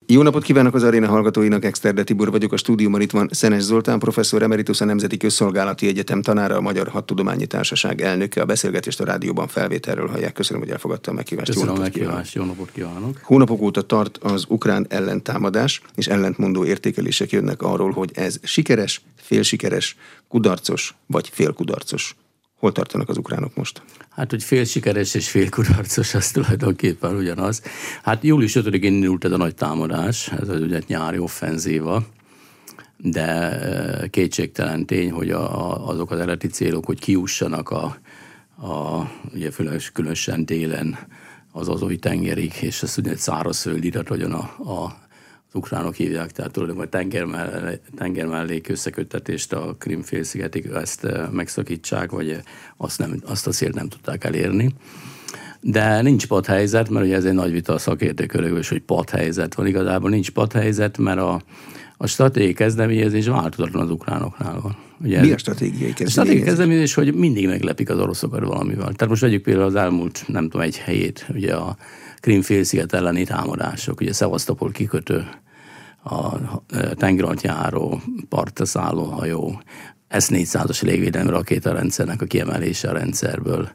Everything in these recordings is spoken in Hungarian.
Jó napot kívánok az aréna hallgatóinak, Exterde Tibor vagyok, a stúdióban itt van Szenes Zoltán, professzor emeritus, a Nemzeti Közszolgálati Egyetem tanára, a Magyar Hadtudományi Társaság elnöke. A beszélgetést a rádióban felvételről hallják. Köszönöm, hogy elfogadta a meghívást. Köszönöm a meghívást, jó napot kívánok. Hónapok óta tart az ukrán ellentámadás, és ellentmondó értékelések jönnek arról, hogy ez sikeres, félsikeres, kudarcos vagy félkudarcos. Hol tartanak az ukránok most? Hát, hogy félsikeres és félkudarcos, az tulajdonképpen ugyanaz. Hát július 5-én indult ez a nagy támadás, ez az ugye nyári offenzíva, de kétségtelen tény, hogy azok az eredeti célok, hogy kiussanak ugye különösen délen az Azov tengerig, és ezt ugye egy szárazföldi, hogyan az ukránok hívják, tehát tulajdonképpen tenger mellék összeköttetést a Krím-félszigetig ezt megszakítsák, vagy azt a célt nem tudták elérni. De nincs padhelyzet, mert ugye ez egy nagy vita a szakértők körül, hogy padhelyzet van. Igazából nincs padhelyzet, mert a stratégiai kezdeményezés változatlan az ukránoknál van. Ugye mi a stratégiai kezdeményezés? A stratégiai kezdeményezés, hogy mindig meglepik az oroszokat valamivel. Tehát most vegyük például az elmúlt, nem tudom, egy helyét, ugye a Krím-félsziget elleni támadások, ugye Szevasztopol kikötő, a tengeralattjáró, partra szálló hajó, S-400-as légvédelmi rakétarendszernek a kiemelése a rendszerből.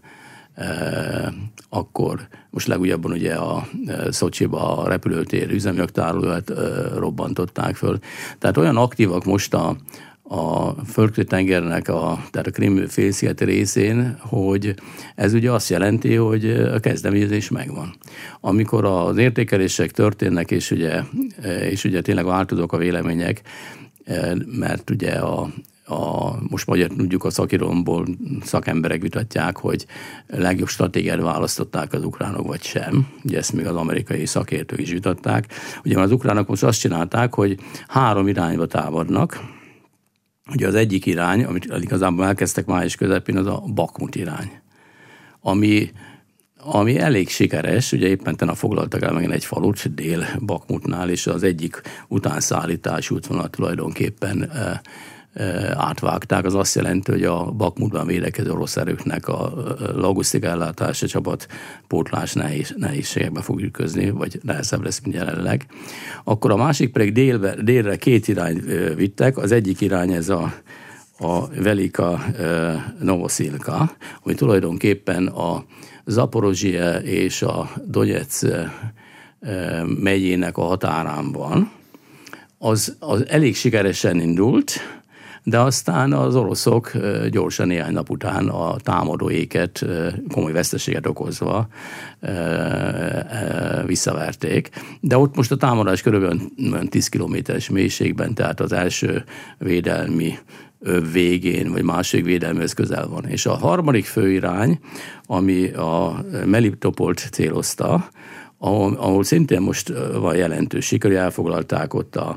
Akkor most legújabban ugye a Szocsiba a repülőtér üzemanyagtárolóját robbantották föl. Tehát olyan aktívak most a földközi tengernek, tehát a Krím-félsziget részén, hogy ez ugye azt jelenti, hogy a kezdeményezés megvan. Amikor az értékelések történnek, és ugye tényleg változók a vélemények, mert ugye most magyar tudjuk a szakirodalomból szakemberek vitatják, hogy legjobb stratégiát választották az ukránok, vagy sem. Ugye ezt még az amerikai szakértők is vitatták. Ugye az ukránok most azt csinálták, hogy 3 irányba támadnak. Ugye az egyik irány, amit igazából elkezdtek május közepén, az a Bakmut irány, ami elég sikeres, ugye éppen tegnap foglaltak el megint egy falut Dél-Bakmutnál, és az egyik utánszállítás útvonal tulajdonképpen átvágták. Az azt jelenti, hogy a Bakmutban védekező orosz erőknek a logisztika ellátása, csapatpótlás nehézségekbe fog ütközni, vagy nehezebb lesz, mint jelenleg. Akkor a másik pedig délre 2 irányt vittek. Az egyik irány ez a Velika Novoszilka, ami tulajdonképpen a Zaporozhye és a Donetsz megyének a határán van. Az elég sikeresen indult, de aztán az oroszok gyorsan néhány nap után a támadóéket komoly veszteséget okozva visszaverték. De ott most a támadás körülbelül 10 kilométeres mélységben, tehát az első védelmi végén, vagy második védelműhöz közel van. És a harmadik főirány, ami a Melitopolt célozta, ahol szintén most van jelentős siker, hogy elfoglalták ott a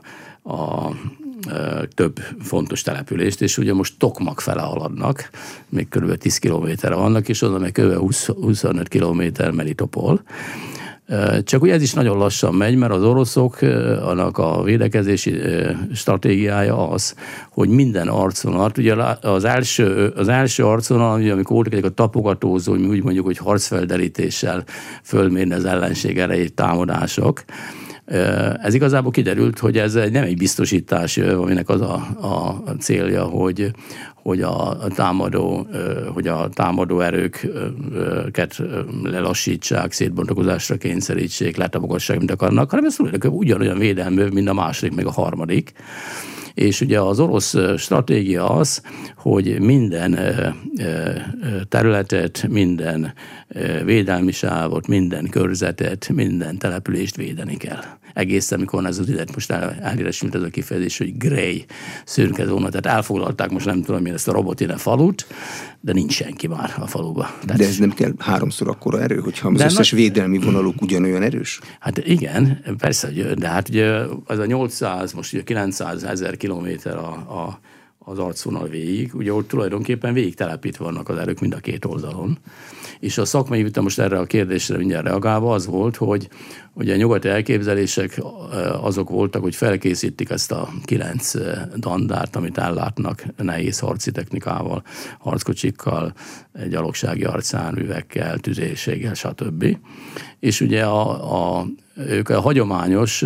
több fontos települést, és ugye most Tokmak fele haladnak, még kb. 10 kilométerre vannak, és onnan meg kb. 25 kilométer Melitopol. Csak ugye ez is nagyon lassan megy, mert az oroszok annak a védekezési stratégiája az, hogy minden arcvonalat, ugye az első arcvonal, ugye, amikor voltak a tapogatózó, mi úgy mondjuk, hogy harcfelderítéssel fölmérni az ellenség erejét támadások. Ez igazából kiderült, hogy ez nem egy biztosítás, aminek az a célja, hogy a támadó erőket lelassítsák, szétbontakozásra kényszerítsék, letapogassák, mint akarnak, hanem ez ugyanolyan védelmű, mint a második, meg a harmadik. És ugye az orosz stratégia az, hogy minden területet, minden védelmi sávot, minden körzetet, minden települést védeni kell. Egészen, mikor ez az ügyet most elhíresült ez a kifejezés, hogy grey, szürke zóna, tehát elfoglalták most nem tudom én ezt a Robotine falut, de nincs senki már a faluba. De ez nem kell 3-szor akkora erő, hogyha az összes védelmi vonaluk ugyanolyan erős? Hát igen, persze, de hát ugye az a 800, most ugye 900 000 kilométer az arcvonal végig, ugye ott tulajdonképpen végig telepítve vannak az erők mind a 2 oldalon. És a szakmai vita most erre a kérdésre mindjárt reagálva az volt, hogy ugye a nyugati elképzelések azok voltak, hogy felkészítik ezt a 9 dandárt, amit ellátnak nehéz harci technikával, harckocsikkal, gyalogsági harcjárművekkel, tüzérséggel, stb. És ugye ők a hagyományos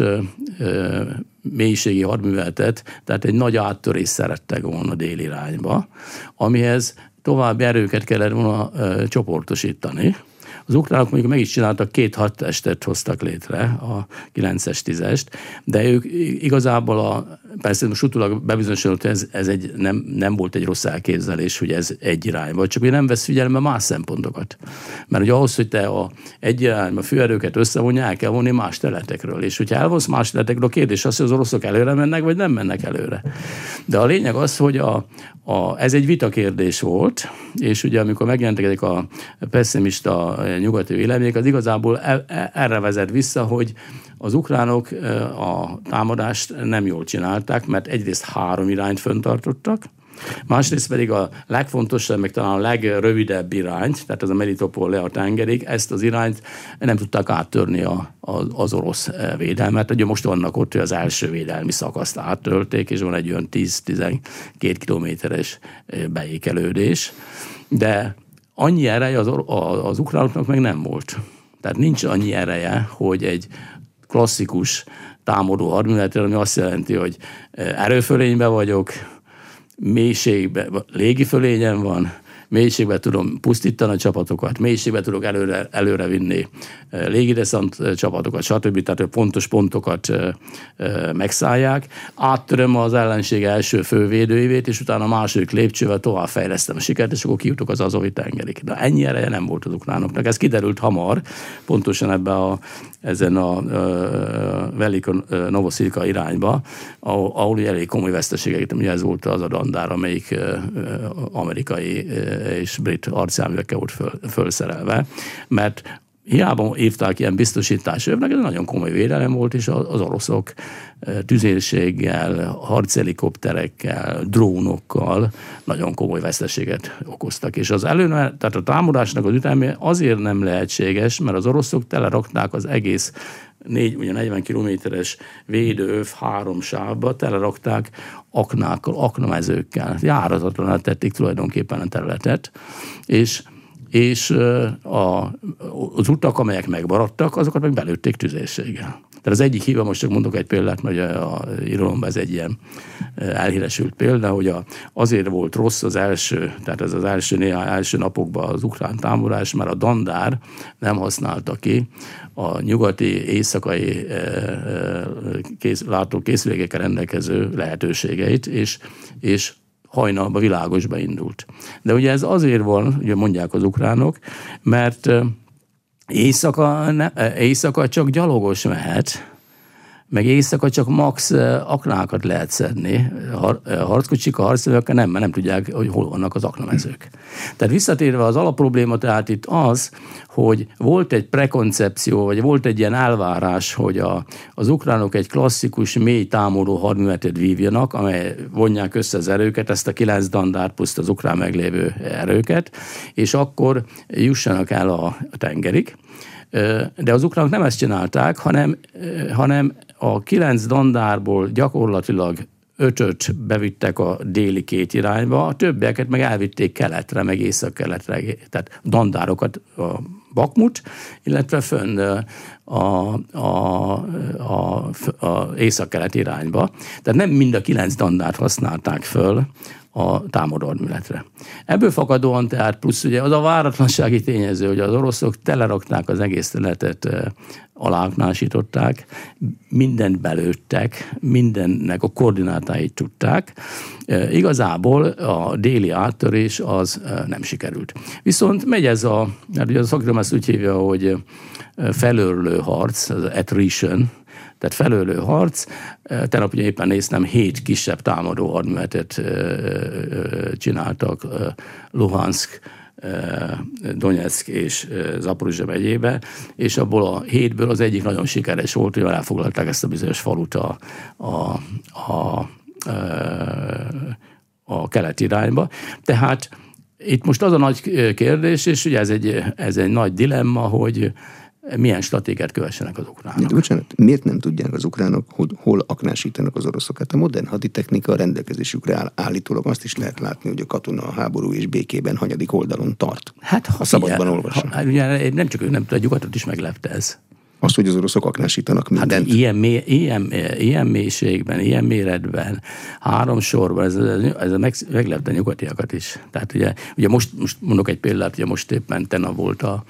mélységi hadműveletet, tehát egy nagy áttörést szerettek volna déli irányba, amihez további erőket kellett volna csoportosítani. Az ukránok mondjuk meg is csináltak 2 hadtestet hoztak létre, a 9-es, 10-est, de ők igazából persze most utólag bebizonyosodott, ez nem volt egy rossz elképzelés, hogy ez egy irányba, csak nem vesz figyelembe más szempontokat. Mert ugye ahhoz, hogy te egy irányba főerőket összevonja, el kell vonni más területekről. És hogyha elvonsz más területekről, a kérdés az, hogy az oroszok előre mennek, vagy nem mennek előre. De a lényeg az, hogy ez egy vitakérdés volt, és ugye amikor megjelentek ezek a pessimista nyugati vélemények, az igazából erre vezet vissza, hogy az ukránok a támadást nem jól csinálták, mert egyrészt 3 irányt fenntartottak, másrészt pedig a legfontosabb, meg talán a legrövidebb irányt, tehát az a Melitopol le a tengerig, ezt az irányt nem tudták áttörni az orosz védelmet. Ugye most vannak ott, hogy az első védelmi szakaszt áttörték, és van egy olyan 10-12 kilométeres beékelődés, de annyi ereje az ukránoknak meg nem volt. Tehát nincs annyi ereje, hogy egy klasszikus támadó hadműveletre, ami azt jelenti, hogy erőfölényben vagyok, mélységben, légifölényen van, mélységben tudom pusztítani a csapatokat, mélységben tudok előre vinni légideszant csapatokat, stb. Tehát pontos pontokat megszállják. Áttöröm az ellenség első fővédőívét, és utána a második lépcsővel továbbfejlesztem a sikert, és akkor kijutok az Azovi tengerig. De ennyi ereje nem volt az ukránoknak. Ez kiderült hamar, pontosan ezen a Veliko Novoszilka irányba, ahol elég komoly veszteségeket, ugye ez volt az a dandár, amelyik amerikai és brit arcjárművekkel volt fölszerelve, mert hiába írták ilyen biztosításövnek, ez nagyon komoly védelem volt, és az oroszok tüzérséggel, harchelikopterekkel, drónokkal nagyon komoly veszteséget okoztak. És tehát a támadásnak az üteme azért nem lehetséges, mert az oroszok telerakták az egész 40 kilométeres védőöv 3 sávba, telerakták aknákkal, aknamezőkkel. Járatatlanul tették tulajdonképpen a területet, és az utak, amelyek megmaradtak, azokat meg belőtték tüzérséggel. Tehát az egyik híva, most csak mondok egy példát, mert a irodalomban ez egy ilyen elhíresült példa, hogy azért volt rossz az első napokban az ukrán támadás, mert a dandár nem használta ki a nyugati éjszakai látókészülékekkel rendelkező lehetőségeit, és hajnalba világosba indult. De ugye ez azért van, ugye mondják az ukránok, mert éjszaka csak gyalogos mehet, meg éjszaka csak max aknákat lehet szedni. Harckocsik, a harcszövőkkel nem tudják, hogy hol vannak az aknamezők. Tehát visszatérve az alapprobléma tehát itt az, hogy volt egy prekoncepció, vagy volt egy ilyen elvárás, hogy az ukránok egy klasszikus, mély támadó hadműveletet vívjanak, amely vonják össze az erőket, ezt a 9 dandár plusz az ukrán meglévő erőket, és akkor jussanak el a tengerig. De az ukránok nem ezt csinálták, hanem a 9 dandárból gyakorlatilag 5-öt bevittek a déli 2 irányba, a többieket meg elvitték keletre, meg észak-keletre, tehát dandárokat a Bakmut, illetve fönn a észak-kelet irányba. Tehát nem mind a 9 dandárt használták föl a támadó hadműveletre. Ebből fakadóan tehát plusz ugye az a váratlansági tényező, hogy az oroszok telerakták az egész területet, aláaknásították, mindent belőttek, mindennek a koordinátáit tudták. Igazából a déli áttörés az nem sikerült. Viszont megy hát ugye a szakirodalom ezt úgy hívja, hogy felőrlő harc, az attrition, tehát felőlő harc. Tegnap ugye éppen néztem, 7 kisebb támadó hadműveletet csináltak Luhansk, Donetsk és Zaporizsja megyébe, és abból a 7-ből az egyik nagyon sikeres volt, hogy elfoglalták ezt a bizonyos falut a kelet irányba. Tehát itt most az a nagy kérdés, és ugye ez egy nagy dilemma, hogy milyen stratégiát kövessenek az ukránok. Bocsánat, miért nem tudják az ukránok, hogy hol aknásítanak az oroszokat? A modern haditechnika a rendelkezésükre áll. Állítólag azt is lehet látni, hogy a katona a háború és békében hanyadik oldalon tart. Hát ha szabadban olvassa. Ugye nem csak ő nem tud, a nyugatot is meglepte ez. Azt, hogy az oroszok aknásítanak mindent. Hát ilyen mélységben, ilyen méretben, 3 sorban, ez meglepte nyugatiakat is. Tehát ugye most mondok egy példát, ugye most éppen tegnap volt a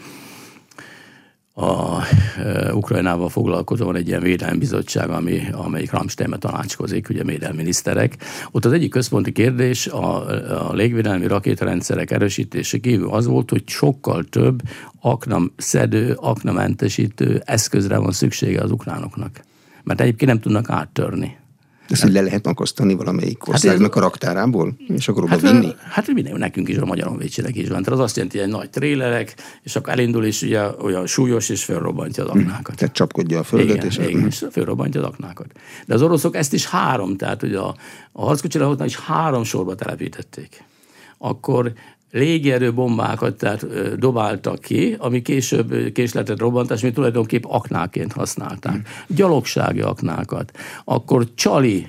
Ukrajnával foglalkozóan egy ilyen védelmi bizottság, amelyik Ramsteinben tanácskozik, ugye védelminiszterek. Ott az egyik központi kérdés a légvédelmi rakétarendszerek erősítése kívül az volt, hogy sokkal több aknaszedő, aknamentesítő eszközre van szüksége az ukránoknak. Mert egyébként nem tudnak áttörni. Ezt így le lehet akasztani valamelyik országnak a raktárából, és akkor oda vinni? Hát nekünk is, a Magyar Honvédségnek is van. Tehát az azt jelenti, hogy egy nagy trélerek, és akkor elindul, és ugye olyan súlyos, és felrobbantja az aknákat. Tehát csapkodja a földet. Igen, és felrobbantja az aknákat. De az oroszok ezt is 3, tehát ugye a harckocsi lehotnál is 3 sorba telepítették. Akkor légierő bombákat tehát dobáltak ki, ami később késleltet robbantás, mi tulajdonképp aknáként használták. Gyalogsági aknákat, akkor csali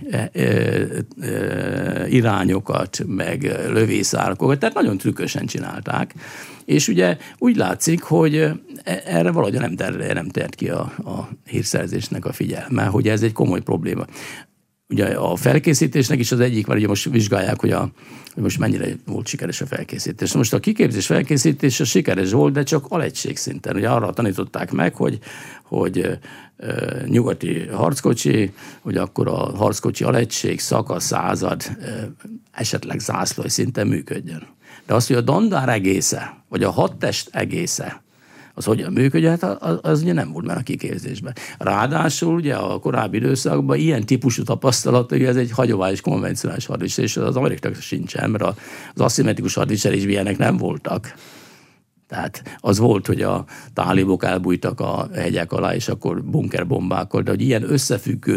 irányokat, meg lövészárkokat, tehát nagyon trükkösen csinálták. És ugye úgy látszik, hogy erre valahogy nem tért ki a hírszerzésnek a figyelme, hogy ez egy komoly probléma. Ugye a felkészítésnek is az egyik, mert ugye most vizsgálják, hogy most mennyire volt sikeres a felkészítés. Most a kiképzés felkészítése sikeres volt, de csak alegység szinten. Ugye arra tanították meg, hogy nyugati harckocsi, hogy akkor a harckocsi alegység, szakasz, század, esetleg zászlói szinten működjön. De az, hogy a dandár egésze, vagy a hadtest egésze, az hogyan működjön, hát az ugye nem volt már a kiképzésben. Ráadásul ugye a korábbi időszakban ilyen típusú tapasztalat, hogy ez egy hagyományos konvencionális hadviselés, az amerikai sincsen, mert az aszimmetrikus hadviselésben ilyenek nem voltak. Tehát az volt, hogy a tálibok elbújtak a hegyek alá, és akkor bunkerbombákkal, de hogy ilyen összefüggő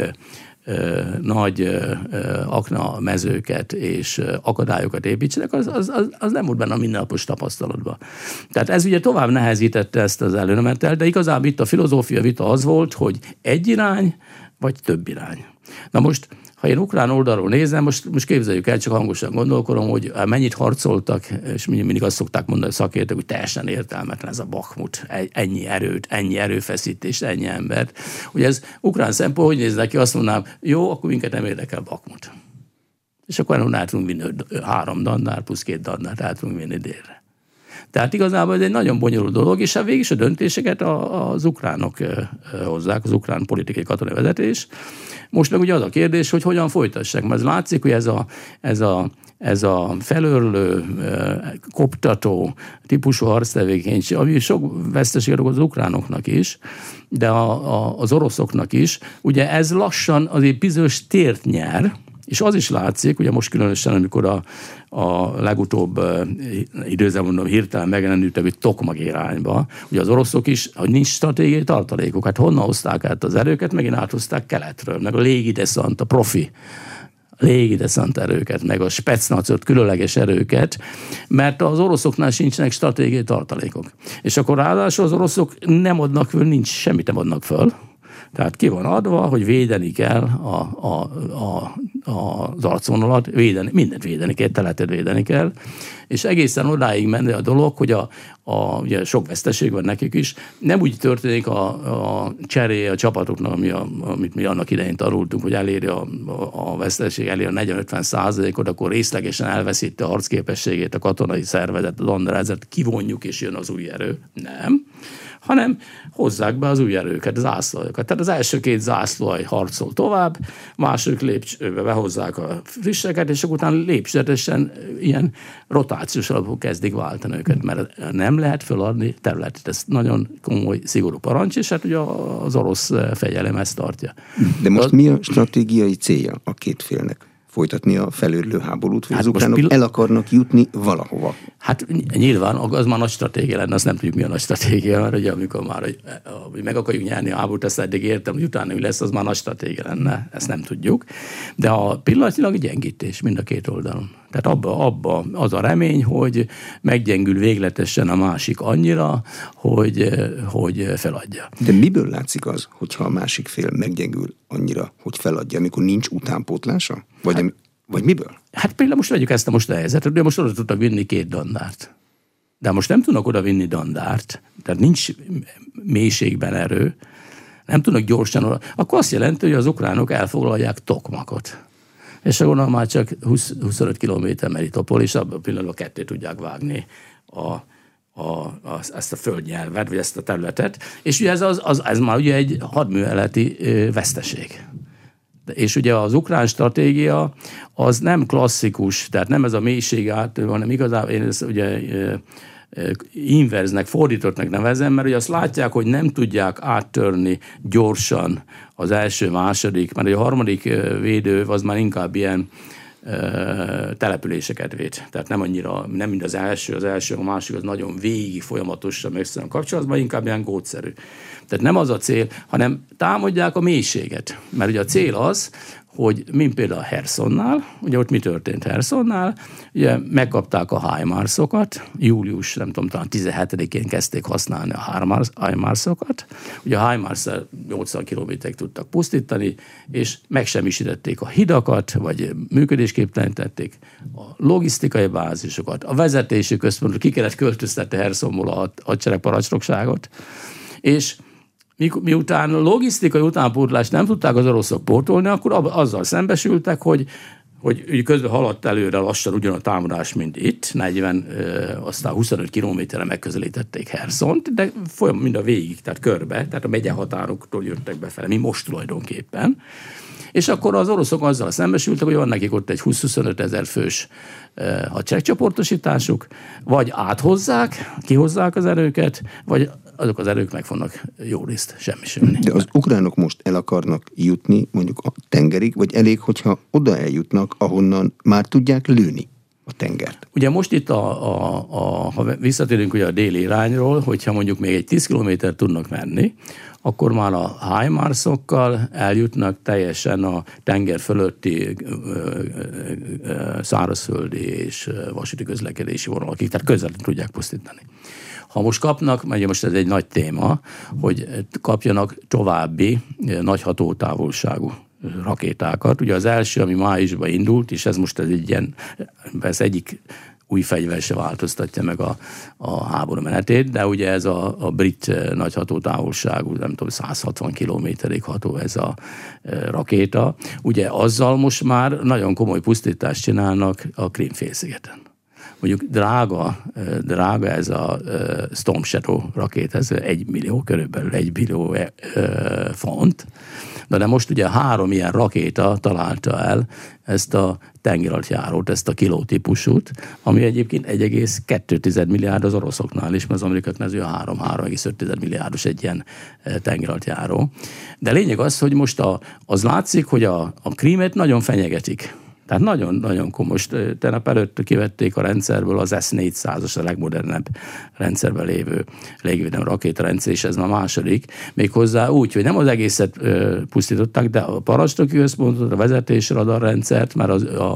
nagy aknamezőket és akadályokat építsenek, az nem volt benne a mindennapos tapasztalatban. Tehát ez ugye tovább nehezítette ezt az előnemetelt, de igazából itt a filozófia vita az volt, hogy egy irány, vagy több irány. Na most, ha én ukrán oldalról nézem, most képzeljük el, csak hangosan gondolkodom, hogy mennyit harcoltak, és mindig azt szokták mondani a szakértők, hogy teljesen értelmetlen ez a Bakhmut, ennyi erőt, ennyi erőfeszítést, ennyi embert. Ugye ez ukrán szempont, hogy néznek ki, azt mondanám, jó, akkor minket nem érdekel Bakhmut. És akkor át tudunk vinni 3 dandár plusz 2 dandárt át tudunk vinni délre. Tehát igazából ez egy nagyon bonyolult dolog, és végig is a döntéseket az ukránok hozzák, az ukrán politikai katonai vezetés. Most meg ugye az a kérdés, hogy hogyan folytassák, mert látszik, hogy ez a felőrlő, koptató típusú harctevékenység, ami sok veszteséget okoz az ukránoknak is, de az oroszoknak is, ugye ez lassan azért bizonyos tért nyer, és az is látszik, ugye most különösen, amikor a legutóbb időzem hirtelen megjelenültek, hogy Tokmag irányba, ugye az oroszok is, hogy nincs stratégiai tartalékok, hát honnan hozták át az erőket, megint áthozták keletről, meg a légideszant, a profi légideszant erőket, meg a specnacot, különleges erőket, mert az oroszoknál sincsenek stratégiai tartalékok. És akkor ráadásul az oroszok nem adnak föl, nincs, semmit nem adnak föl, tehát ki van adva, hogy védeni kell az arcvonalat, mindent védeni kell, teletet védeni kell, és egészen odáig menni a dolog, hogy ugye sok veszteség van nekik is, nem úgy történik a cseréje a csapatoknak, amit mi annak idején tanultunk, hogy eléri a veszteség, eléri a 40-50%-ot, akkor részlegesen elveszíti a harcképességét a katonai szervezet, az andrázat, kivonjuk és jön az új erő. Nem. Hanem hozzák be az új erőket, az zászlóokat. Tehát az első 2 zászlóaj harcol tovább, második lépcsőbe behozzák a frisseket, és akkor utána lépcsőzetesen ilyen rotációs alapú kezdik váltani őket, mert nem lehet feladni területet. Ez nagyon komoly, szigorú parancs, és hát ugye az orosz fegyelem ezt tartja. De most mi a stratégiai célja a két félnek? Folytatni a felőrlő háborút, vagy az ukránok el akarnak jutni valahova? Hát nyilván az már nagy stratégia lenne, azt nem tudjuk, mi a nagy stratégia, mert ugye amikor már meg akarjuk nyerni a háborút, ezt eddig értem, hogy utána mi lesz, az már nagy stratégia lenne, ezt nem tudjuk. De a pillanatilag gyengítés mind a két oldalon. Tehát abba az a remény, hogy meggyengül végletesen a másik annyira, hogy feladja. De miből látszik az, hogyha a másik fél meggyengül annyira, hogy feladja, amikor nincs utánpótlása? Vagy miből? Hát például most vegyük ezt a helyzetet, de most oda tudtak vinni 2 dandárt. de most nem tudnak oda vinni dandárt, tehát nincs mélységben erő, nem tudnak gyorsan oda, akkor azt jelenti, hogy az ukránok elfoglalják Tokmakot. És akkor már csak 25 kilométer Melitopol, és abban a pillanatban ketté tudják vágni ezt a földnyelvet, vagy ezt a területet. És ugye ez már ugye egy hadműveleti veszteség. És ugye az ukrán stratégia az nem klasszikus, tehát nem ez a mélység át, hanem igazából én ezt ugye inverznek, fordítottnak nevezem, mert ugye azt látják, hogy nem tudják áttörni gyorsan az első, második, mert a harmadik védő az már inkább ilyen településeket véd. Tehát nem mind az első, a másik az nagyon végig folyamatosan össze kapcsolatban, inkább ilyen gótszerű. Tehát nem az a cél, hanem támadják a mélységet. Mert ugye a cél az, hogy mint például a Hersonnál, ugye ott mi történt Hersonnál, ugye megkapták a HIMARS-okat, július, nem tudom, talán 17-én kezdték használni a HIMARS-okat, ugye a HIMARS-szel 80 kilométerig tudtak pusztítani, és megsemmisítették a hidakat, vagy működésképtelenítették a logisztikai bázisokat, a vezetési központot, ki kellett költöztetni Hersonból a hadseregparancsnokságot, és miután logisztikai utánpótlást nem tudták az oroszok pótolni, akkor azzal szembesültek, hogy közben haladt előre lassan ugyan a támadás, mint itt, 40, aztán 25 kilométerre megközelítették Hersont, de folyamatosan mind a végig, tehát körbe, tehát a megyehatároktól jöttek befele, mi most tulajdonképpen. És akkor az oroszok azzal szembesültek, hogy van nekik ott egy 20-25 ezer fős hadseregcsoportosításuk, vagy áthozzák, kihozzák az erőket, vagy azok az erők meg fognak jó részt semmisülni. De az ukránok most el akarnak jutni mondjuk a tengerig, vagy elég, hogyha oda eljutnak, ahonnan már tudják lőni a tengert? Ugye most itt, ha visszatérünk ugye a déli irányról, hogyha mondjuk még egy 10 kilométert tudnak menni, akkor már a HIMARS-okkal eljutnak teljesen a tenger fölötti szárazföldi és vasúti közlekedési vonalakig, tehát közel tudják pusztítani. Ha most kapnak, ugye most ez egy nagy téma, hogy kapjanak további nagy hatótávolságú rakétákat. Ugye az első, ami májusban indult, és ez most egy ilyen, ez egyik új fegyver se változtatja meg a háború menetét, de ugye ez a brit nagy hatótávolságú, nem tudom, 160 kilométerig ható ez a rakéta. Ugye azzal most már nagyon komoly pusztítást csinálnak a Krím-félszigeten. Mondjuk drága ez a Storm Shadow rakéta, ez körülbelül 1 millió font, de most ugye 3 ilyen rakéta találta el ezt a tengeralattjárót, ezt a kiló típusút, ami egyébként 1,2 milliárd az oroszoknál is, mert az amerikaiaknál ez 3,5 milliárdos egy ilyen tengeralattjáró. De lényeg az, hogy most az látszik, hogy a Krímet nagyon fenyegetik. Tehát nagyon-nagyon komoly. Tegnap előtt kivették a rendszerből az S-400-as, a legmodernebb rendszerben lévő légvédelmi rakétarendszer, és ez már második. Méghozzá úgy, hogy nem az egészet pusztították, de a parancsnoki központot, a vezetés radarrendszert, mert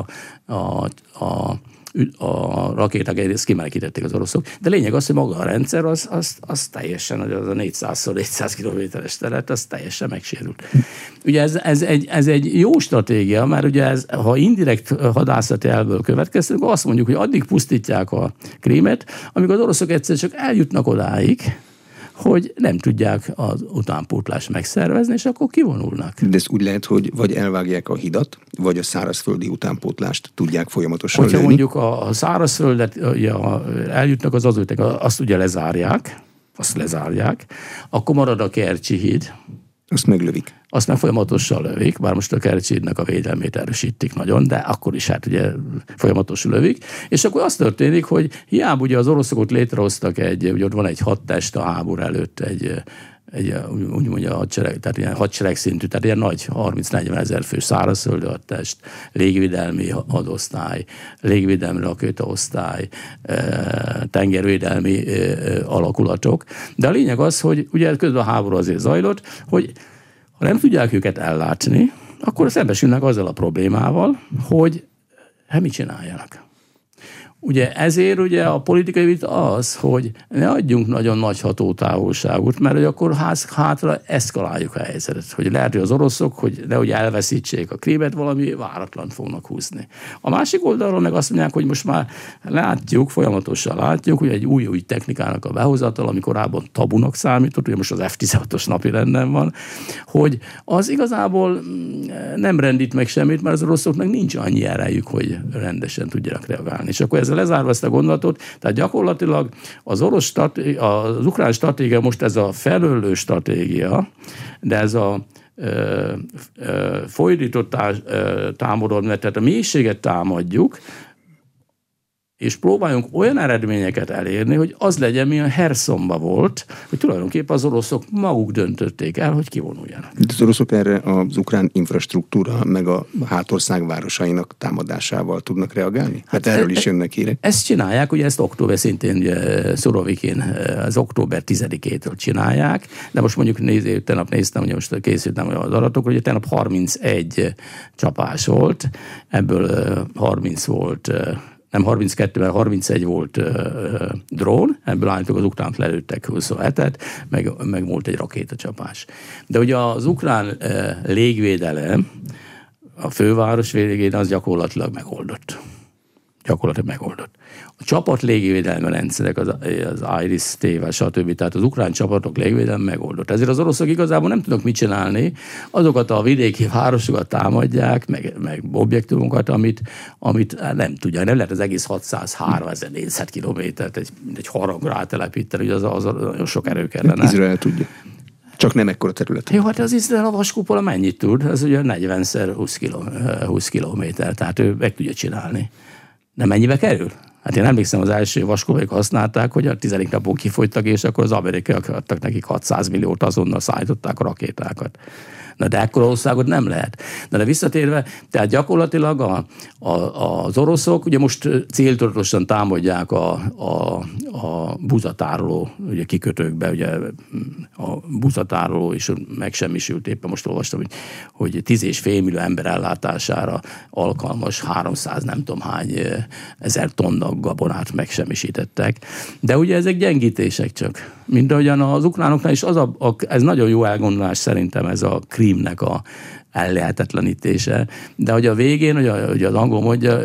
a rakéták egyrészt kimenekítették az oroszok, de lényeg az, hogy maga a rendszer az teljesen, az a 400x400 kilométeres terület, az teljesen megsérült. Ugye ez egy jó stratégia, mert ugye ha indirekt hadászati elvből következtünk, azt mondjuk, hogy addig pusztítják a Krímet, amíg az oroszok egyszer csak eljutnak odáig, hogy nem tudják az utánpótlást megszervezni, és akkor kivonulnak. De ez úgy lehet, hogy vagy elvágják a hidat, vagy a szárazföldi utánpótlást tudják folyamatosan hogyha lőni. Mondjuk a szárazföldet eljutnak azt ugye lezárják, akkor marad a Kercsi híd. Azt meglövik. Azt meg folyamatosan lövik, bár most a Kercsi hídnak a védelmét erősítik nagyon, de akkor is hát ugye folyamatosan lövik, és akkor az történik, hogy hiába ugye az oroszok ott létrehoztak ugye ott van egy hadtest a háború előtt, úgy mondja a hadsereg, tehát ilyen hadsereg szintű, tehát ilyen nagy 30-40 ezer fő szárazföldi hadtest, légvédelmi hadosztály, légvédelmi rakétaosztály, tengervédelmi alakulatok. De a lényeg az, hogy ugye közben a háború azért zajlott, hogy ha nem tudják őket ellátni, akkor szembesülnek azzal a problémával, hogy mit csináljanak. Ugye ezért ugye a politikai vita az, hogy ne adjunk nagyon nagy hatótávolságot, mert hogy akkor hátra eszkaláljuk a helyzetet. Hogy lehet, hogy az oroszok, hogy nehogy elveszítsék a Krímet, valami váratlan fognak húzni. A másik oldalról meg azt mondják, hogy most már folyamatosan látjuk, hogy egy új technikának a behozatal, ami korábban tabunak számított, ugye most az F-16-os napirenden van, hogy az igazából nem rendít meg semmit, mert az oroszoknak nincs annyi erejük, hogy rendesen tudjanak reagálni. És akkor ezzel lezárva ezt a gondolatot, tehát gyakorlatilag az ukrán stratégia most ez a felőlő stratégia, de ez a fordított támadódás, tehát a mélységet támadjuk, és próbáljunk olyan eredményeket elérni, hogy az legyen, milyen Hersonban volt, hogy tulajdonképpen az oroszok maguk döntötték el, hogy kivonuljanak. De az oroszok erre az ukrán infrastruktúra, meg a hátország városainak támadásával tudnak reagálni? Hát erről is jönnek hírek. Ezt csinálják, ugye ezt október szintén Szorovikén, az október 10-től csinálják, de most mondjuk tegnap néztem, ugye most készültem az adatokról, hogy tegnap 31 csapás volt, ebből 30 volt nem 32, mert 31 volt drón, ebből állítólag az ukránok lelőttek 27-et, meg volt egy rakétacsapás. De ugye az ukrán légvédelem, a főváros végén az gyakorlatilag megoldott. A csapat légvédelmi rendszerek, az IRIS, tével, stb. Tehát az ukrán csapatok légvédelme megoldott. Ezért az oroszok igazából nem tudnak mit csinálni, azokat a vidéki városokat támadják, meg objektumokat, amit nem tudják. Nem lehet az egész 603 000 négyzetkilométert egy harangra áttelepíteni, hogy az nagyon sok erő kellene. Izrael tudja. Csak nem ekkora terület. Jó, hát az Izrael a vaskupola mennyit tud? Ez ugye 40x20 kilométer, tehát ő meg tudja csinálni. De mennyibe kerül? Hát én emlékszem, az első vaskupolók használták, hogy a 10. napon kifogytak, és akkor az amerikaiak adtak nekik 600 milliót, azonnal szállították a rakétákat. Na de ekkora országot nem lehet. De visszatérve, tehát gyakorlatilag az oroszok ugye most céltudatosan támadják a buzatároló ugye kikötőkbe, ugye a buzatároló is megsemmisült, éppen most olvastam, hogy 10,5 millió ember ellátására alkalmas 300 nem tudom hány ezer tonna gabonát megsemmisítettek. De ugye ezek gyengítések csak. Mint ahogyan az ukránoknál is ez nagyon jó elgondolás szerintem ez a Krímnek a ellehetetlenítése. De hogy a végén, hogy az angol mondja,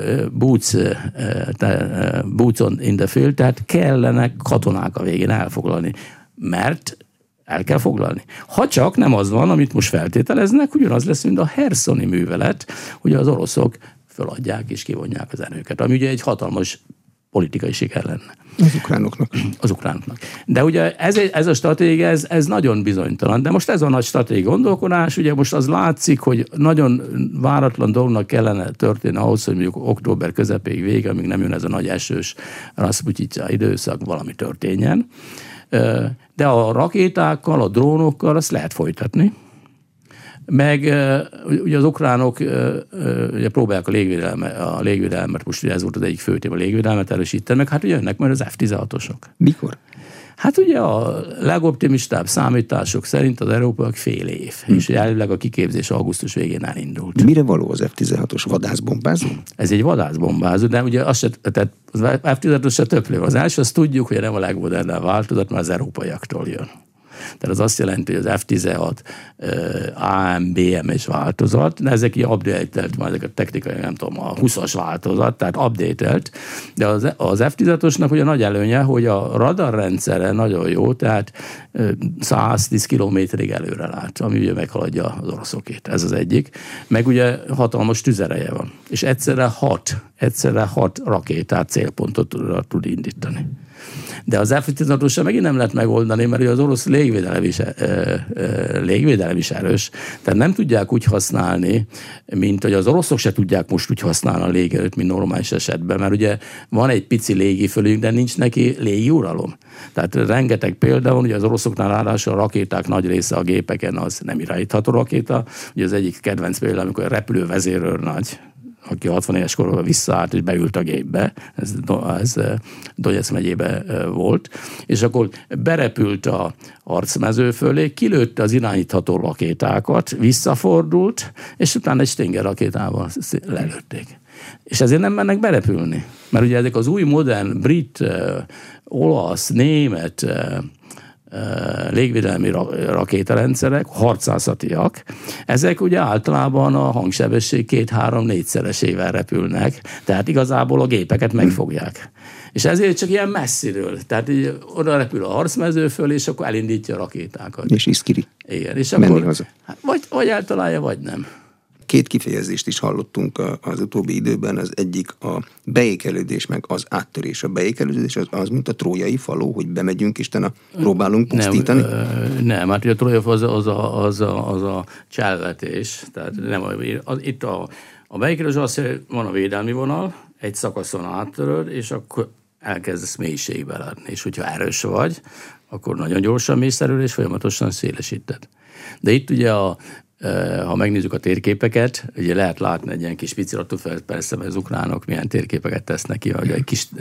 boots on in the field, tehát kellenek katonák a végén elfoglalni. Mert el kell foglalni. Ha csak nem az van, amit most feltételeznek, ugyanaz lesz, mint a Hersoni művelet, hogy az oroszok feladják és kivonják az erőket, ami ugye egy hatalmas politikai siker lenne. Az ukránoknak. De ugye ez a stratégia, ez nagyon bizonytalan. De most ez a nagy stratégiai gondolkodás, ugye most az látszik, hogy nagyon váratlan dolognak kellene történni ahhoz, hogy mondjuk október közepéig vége, amíg nem jön ez a nagy esős Rasputyitsa időszak, valami történjen. De a rakétákkal, a drónokkal azt lehet folytatni. Meg ugye az ukránok ugye próbálják a légvédelmet, most ugye ez volt az egyik fő téma, a légvédelmet erősíteni, meg hát ugye jönnek majd az F-16-osok. Mikor? Hát ugye a legoptimistább számítások szerint az európaiak fél év, és elvileg a kiképzés augusztus végén elindult. Mire való az F-16-os vadászbombázó? Ez egy vadászbombázó, de ugye az F-16-os se több. Az első, azt tudjuk, hogy nem a legmodernebb változat, mert az európaiaktól jön. Tehát az azt jelenti, hogy az F-16 AM-BM-es változat, de ezek így update-elt, már ezek a technikai, nem tudom, a 20-as változat, tehát update-elt, de az F-16-osnak ugye nagy előnye, hogy a radarrendszere nagyon jó, tehát 110 kilométerig előre lát, ami ugye meghaladja az oroszokét. Ez az egyik. Meg ugye hatalmas tüzereje van. És egyszerre hat rakétát célpontot tud indítani. De az F-16-ossal megint nem lehet megoldani, mert az orosz légvédelem is erős. Tehát nem tudják úgy használni, mint hogy az oroszok se tudják most úgy használni a légerőt, mint normális esetben, mert ugye van egy pici légifölünk, de nincs neki légiuralom. Tehát rengeteg példa van, ugye az oroszoknál ráadásul a rakéták nagy része a gépeken az nem irányítható rakéta. Ugye az egyik kedvenc példa, amikor a repülővezérőr nagy, aki 60 éves korban visszaállt és beült a gépbe, ez Donetsz megyébe volt, és akkor berepült a harcmező fölé, kilőtte az irányítható rakétákat, visszafordult, és utána egy Stinger rakétával lelőtték. És ezért nem mennek berepülni. Mert ugye ezek az új modern brit, olasz, német légvédelmi rakétarendszerek, harcászatiak, ezek ugye általában a hangsebesség 2-3-4-szeresével repülnek, tehát igazából a gépeket megfogják. És ezért csak ilyen messziről, tehát így oda repül a harcmező föl, és akkor elindítja a rakétákat. És iszkiri. Igen, és akkor vagy eltalálja, vagy nem. Két kifejezést is hallottunk az utóbbi időben, az egyik a beékelődés, meg az áttörés. A beékelődés az mint a trójai faló, hogy bemegyünk, és próbálunk pusztítani? Nem, hát a trójai faló az a cselvetés. Tehát nem, itt a beékelődés az, hogy van a védelmi vonal, egy szakaszon áttöröd, és akkor elkezdesz mélységbe lenni. És hogyha erős vagy, akkor nagyon gyorsan mész előre, és folyamatosan szélesíted. De itt ugye ha megnézzük a térképeket, ugye lehet látni egy ilyen kis piciratú fel, persze, mert az ukránok milyen térképeket tesznek ki, vagy egy kis,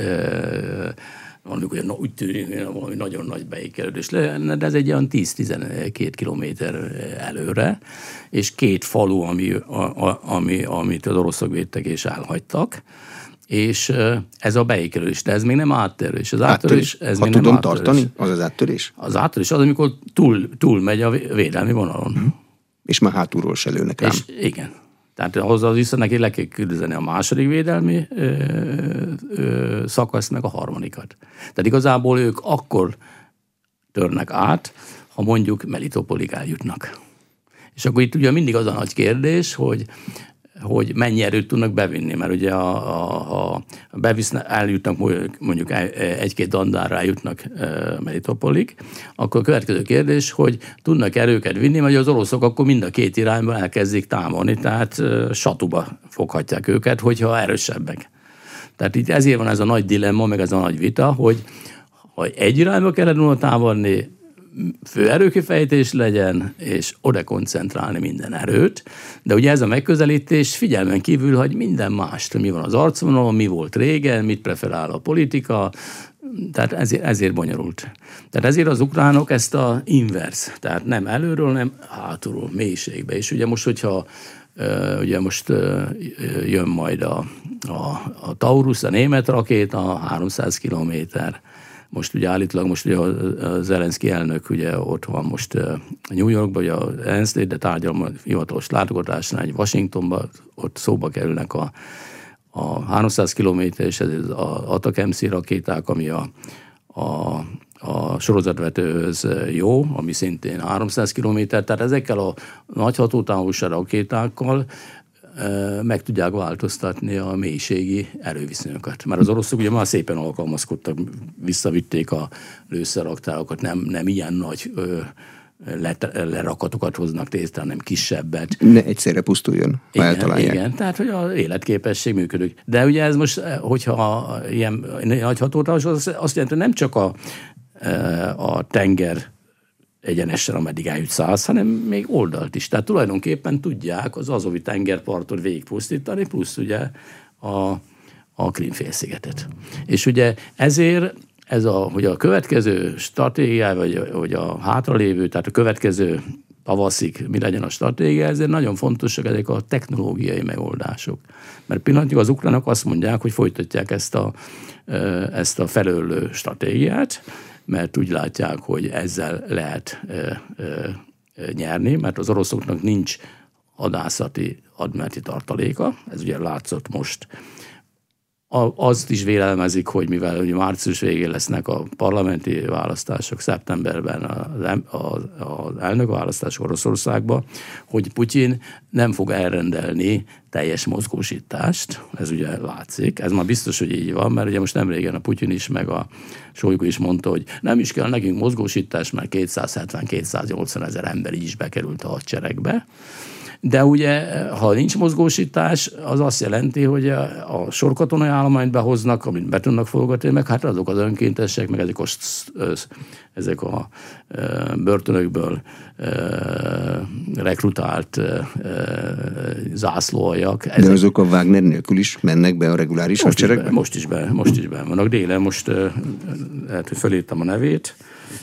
úgy tűnik, valami nagyon nagy beékelődés lenne, de ez egy olyan 10-12 kilométer előre, és két falu, amit az oroszok védtek és elhagytak, és ez a beékelődés, de ez még nem áttörés. Az áttörés, ez ha még tudom nem tartani, az áttörés? Az áttörés az, amikor túl megy a védelmi vonalon. És már hátulról se lőnek rám. Igen. Tehát ahhoz vissza neki le kell küldeni a második védelmi szakaszt, meg a harmadikat. Tehát igazából ők akkor törnek át, ha mondjuk Melitopolig eljutnak. És akkor itt ugye mindig az a nagy kérdés, hogy mennyi erőt tudnak bevinni, mert ugye ha eljutnak mondjuk egy-két dandárra eljutnak Melitopolig, akkor a következő kérdés, hogy tudnak erőket vinni, mert az oroszok akkor mind a két irányban elkezdik támadni, tehát satuba foghatják őket, hogyha erősebbek. Tehát itt ezért van ez a nagy dilemma, meg ez a nagy vita, hogy ha egy irányba kellene volna támadni, főerőkifejtés legyen, és oda koncentrálni minden erőt, de ugye ez a megközelítés figyelmen kívül hagy minden mást, mi van az arcvonalon, mi volt régen, mit preferál a politika, tehát ezért bonyolult. Tehát ezért az ukránok ezt a inverse, tehát nem előről, nem hátulról, mélységbe. És ugye most, hogyha jön majd a Taurus, a német rakéta, 300 kilométer. Most ugye állítólag a Zelenszky elnök ugye ott van most New Yorkban, ugye az ENSZ, de tárgyal hivatalos látogatásnál egy Washingtonban, ott szóba kerülnek a 300 kilométer, és ez az ATACMS rakéták, ami a sorozatvetőhöz jó, ami szintén 300 kilométer, tehát ezekkel a nagy hatótávolságú rakétákkal meg tudják változtatni a mélységi erőviszonyokat. Mert az oroszok ugye már szépen alkalmazkodtak, visszavitték a lőszerraktárokat, nem ilyen nagy lerakatokat hoznak tésztán, nem kisebbet. Ne egyszerre pusztuljon, ha eltalálják. Igen, tehát hogy az életképesség működik. De ugye ez most, hogyha ilyen nagy hatótávolság, azt jelenti, hogy nem csak a tenger egyenesen, ameddig eljut 100, hanem még oldalt is. Tehát tulajdonképpen tudják az Azovi tengerpartot végigpusztítani, plusz ugye a Krím-félszigetet. És ugye ezért hogy a következő stratégia, vagy a hátralévő, tehát a következő tavaszig mi legyen a stratégia, ezért nagyon fontosak ezek a technológiai megoldások. Mert pillanatnyilag az ukránok azt mondják, hogy folytatják ezt a felőlő stratégiát, mert úgy látják, hogy ezzel lehet nyerni, mert az oroszoknak nincs hadműveleti tartaléka, ez ugye látszott most. Azt is vélelmezik, hogy mivel ugye március végén lesznek a parlamenti választások, szeptemberben az elnökválasztások Oroszországban, hogy Putyin nem fog elrendelni teljes mozgósítást, ez ugye látszik, ez már biztos, hogy így van, mert ugye most nem régen a Putyin is, meg a Sojgu is mondta, hogy nem is kell nekünk mozgósítás, mert 270-280 ezer ember így is bekerült a hadseregbe. De ugye, ha nincs mozgósítás, az azt jelenti, hogy a sorkatonai állományt behoznak, amit be tudnak forgatni, meg hát azok az önkéntesek, meg ezek a börtönökből rekrutált zászlóaljak. De azok a Wagner nélkül is mennek be a reguláris hadseregbe? Most is be vannak. Délen most, lehet, hogy felírtam a nevét,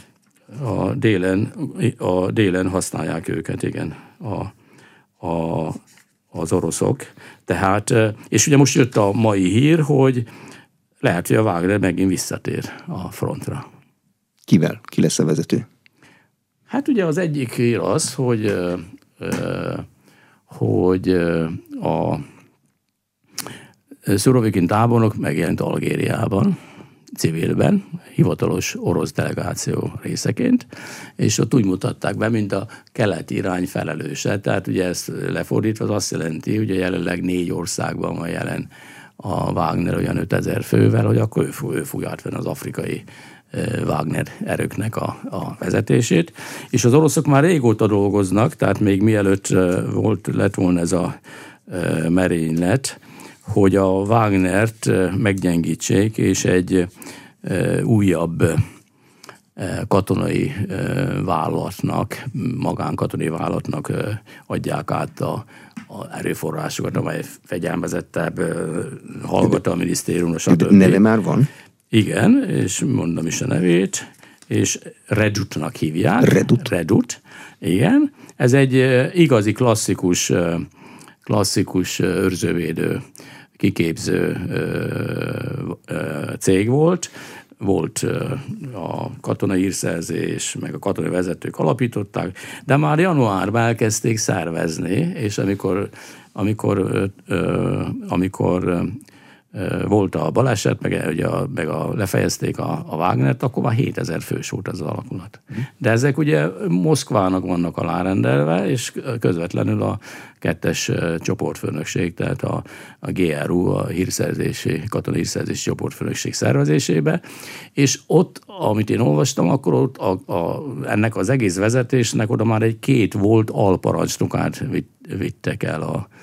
a délen használják őket, igen, az oroszok. Tehát, és ugye most jött a mai hír, hogy lehet, hogy a Wagner megint visszatér a frontra. Kivel? Ki lesz a vezető? Hát ugye az egyik hír az, hogy a Szurovikin tábornok megjelent Algériában, civilben, hivatalos orosz delegáció részeként, és ott úgy mutatták be, mint a keleti irány felelőse. Tehát ugye ezt lefordítva az azt jelenti, hogy jelenleg 4 országban van jelen a Wagner olyan 5000 fővel, hogy akkor ő fogja átvenni az afrikai Wagner erőknek a vezetését. És az oroszok már régóta dolgoznak, tehát még mielőtt lett volna ez a merénylet, hogy a Wagnert meggyengítsék, és egy újabb katonai vállalatnak, magánkatonai vállalatnak adják át a erőforrásokat, amely fegyelmezettebb, hallgat a minisztériumra, stb. Neve már van? Igen, és mondom is a nevét, és Redutnak hívják. Redut, igen. Ez egy igazi klasszikus őrzővédő, kiképző cég volt. Volt a katonai hírszerzés, meg a katonai vezetők alapították, de már januárban elkezdték szervezni, és amikor volt a baleset, meg lefejezték a Wagnert, akkor már 7000 fős volt az alakulat. De ezek ugye Moszkvának vannak alárendelve, és közvetlenül a 2. csoportfőnökség, tehát a GRU, a katonai hírszerzési csoportfőnökség szervezésébe, és ott, amit én olvastam, akkor ott ennek az egész vezetésnek oda már egy 2 volt alparancsnokát vittek el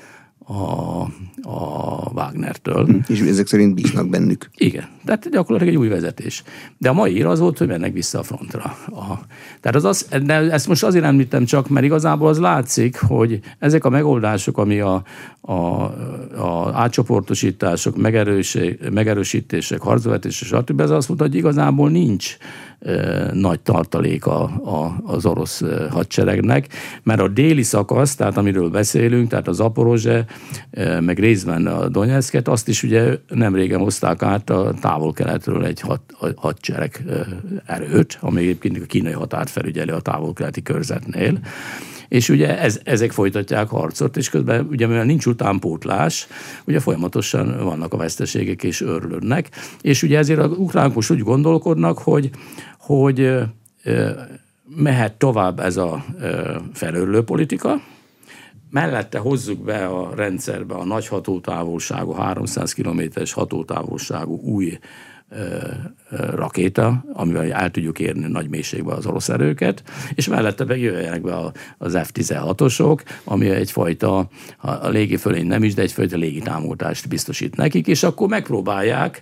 a Wagnertől. És ezek szerint bíznak bennük. Igen, tehát gyakorlatilag egy új vezetés. De a mai hír az volt, hogy mennek vissza a frontra. Tehát de ezt most azért említem csak, mert igazából az látszik, hogy ezek a megoldások, ami a átcsoportosítások, megerősítések, harcvetések, stb. Ez azt mondta, hogy igazából nincs nagy tartalék az orosz hadseregnek, mert a déli szakasz, tehát amiről beszélünk, tehát a Zaporozse, meg részben a Donyecket, azt is ugye nem régen hozták át a távol-keletről egy hadsereg erőt, ami egyébként a kínai határt felügyeli a távol-keleti körzetnél. És ugye ezek folytatják harcot, és közben ugye mivel nincs utánpótlás, ugye folyamatosan vannak a veszteségek és őrlődnek, és ugye ezért az ukránok most úgy gondolkodnak, hogy mehet tovább ez a felőrlő politika, mellette hozzuk be a rendszerbe a nagy hatótávolságú, 300 kilométeres hatótávolságú új rakéta, amivel el tudjuk érni nagy mélységbe az orosz erőket, és mellette meg jöjjenek be az F-16-osok, ami egyfajta, a légi fölény nem is, de egyfajta légitámogatást biztosít nekik, és akkor megpróbálják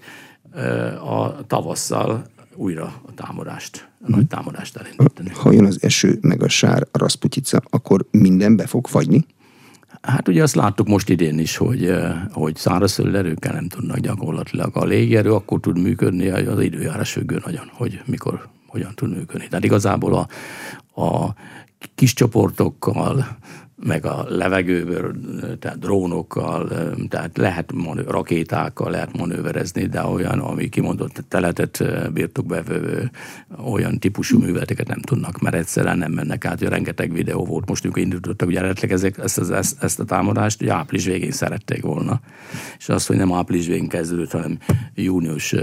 a tavasszal újra a támadást, a nagy támadást elindítani. Ha jön az eső, meg a sár, a Rasputica, akkor minden be fog fagyni? Hát ugye azt láttuk most idén is, hogy szárazföldi erőkkel nem tudnak gyakorlatilag. A légierő akkor tud működni, az időjárás függő nagyon, hogy mikor, hogyan tud működni. Tehát igazából a kis csoportokkal, meg a levegőből, tehát drónokkal, tehát lehet rakétákkal lehet manőverezni, de olyan, ami kimondott teletet birtokbevő, olyan típusú műveleteket nem tudnak, mert egyszerűen nem mennek át. Rengeteg videó volt most, amikor indítottak, ugye eredetileg ezt a támadást ugye április végén szerették volna. És az, hogy nem április végén kezdődött, hanem július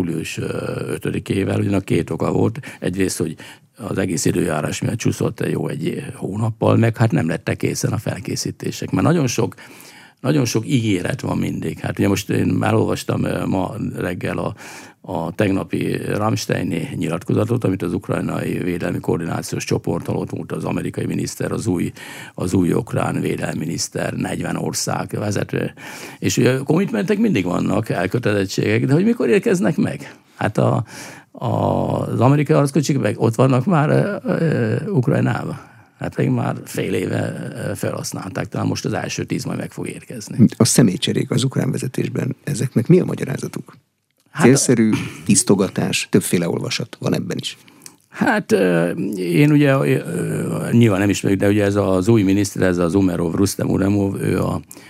5-ével, ugyanak 2 oka volt. Egyrészt, hogy az egész időjárás miatt csúszott egy hónappal, meg hát nem lettek készen a felkészítések. Mert nagyon sok ígéret van mindig. Hát ugye most én elolvastam ma reggel a tegnapi Rammsteini nyilatkozatot, amit az ukrajnai védelmi koordinációs csoport alatt volt az amerikai miniszter, az új ukrán védelmi miniszter, 40 ország vezető. És ugye commitmentek mindig vannak, elkötelezettségek, de hogy mikor érkeznek meg? Hát az amerikai harckocsik meg ott vannak már Ukrajnában. Hát pedig már fél éve felhasználták, talán most az első 10 majd meg fog érkezni. A személycserék az ukrán vezetésben, ezeknek mi a magyarázatuk? Célszerű tisztogatás, többféle olvasat van ebben is. Hát én ugye nyilván nem ismerjük, de ugye ez az új miniszter, ez az Umerov, Rustem Umerov, ő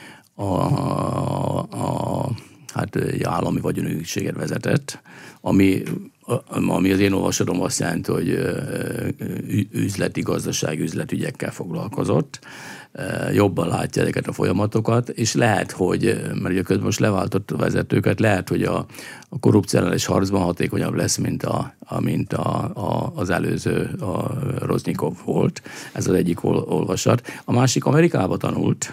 hát egy állami vagyonügységet vezetett, ami az én olvasatom azt jelenti, hogy üzleti gazdaság, üzletügyekkel foglalkozott, jobban látja ezeket a folyamatokat, és lehet, hogy, mert ugye közben most leváltott a vezetőket, lehet, hogy a korrupciállenes harcban hatékonyabb lesz, mint az előző, a Roznyikov volt. Ez az egyik olvasat. A másik Amerikába tanult,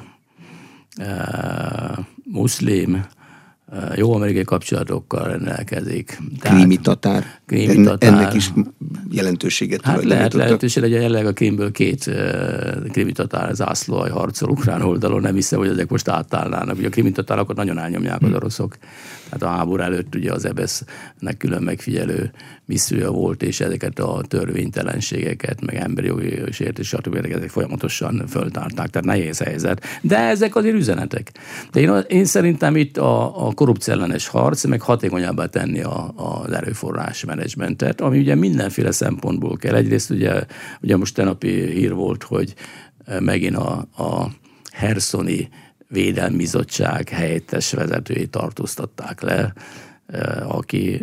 muszlim, jó amerikai kapcsolatokkal rendelkezik. Krími tatár. Ennek is jelentőséget tulajdonította. Hát lehet lehetőség, hogy jelenleg a Krímből 2 krími tatár zászlóalj harcol ukrán oldalon. Nem hiszem, hogy ezek most átállnának. Ugye a krími tatárokat nagyon elnyomják az oroszok. Tehát a háború előtt ugye az EBESZ-nek külön megfigyelő missziója volt, és ezeket a törvénytelenségeket, meg emberi jogi sértés, stb. Ezek folyamatosan föltárták. Tehát nehéz helyzet. De ezek azért üzenetek. De én szerintem itt a korrupciállenes harc, meg hatékonyabbá tenni az erőforrás menedzsmentet, ami ugye mindenféle szempontból kell. Egyrészt ugye most tenapi hír volt, hogy megint a Herszoni Védelmi Bizottság helyettes vezetőjét tartóztatták le, aki